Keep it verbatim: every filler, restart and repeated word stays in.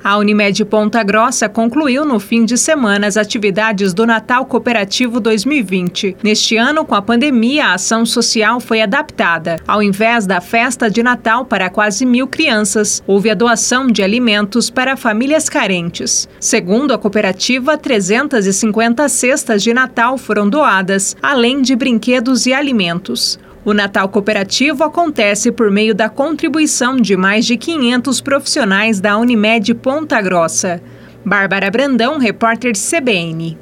A Unimed Ponta Grossa concluiu no fim de semana as atividades do Natal Cooperativo dois mil e vinte. Neste ano, com a pandemia, a ação social foi adaptada. Ao invés da festa de Natal para quase mil crianças, houve a doação de alimentos para famílias carentes. Segundo a cooperativa, trezentas e cinquenta cestas de Natal foram doadas, além de brinquedos e alimentos. O Natal Cooperativo acontece por meio da contribuição de mais de quinhentos profissionais da Unimed Ponta Grossa. Bárbara Brandão, repórter C B N.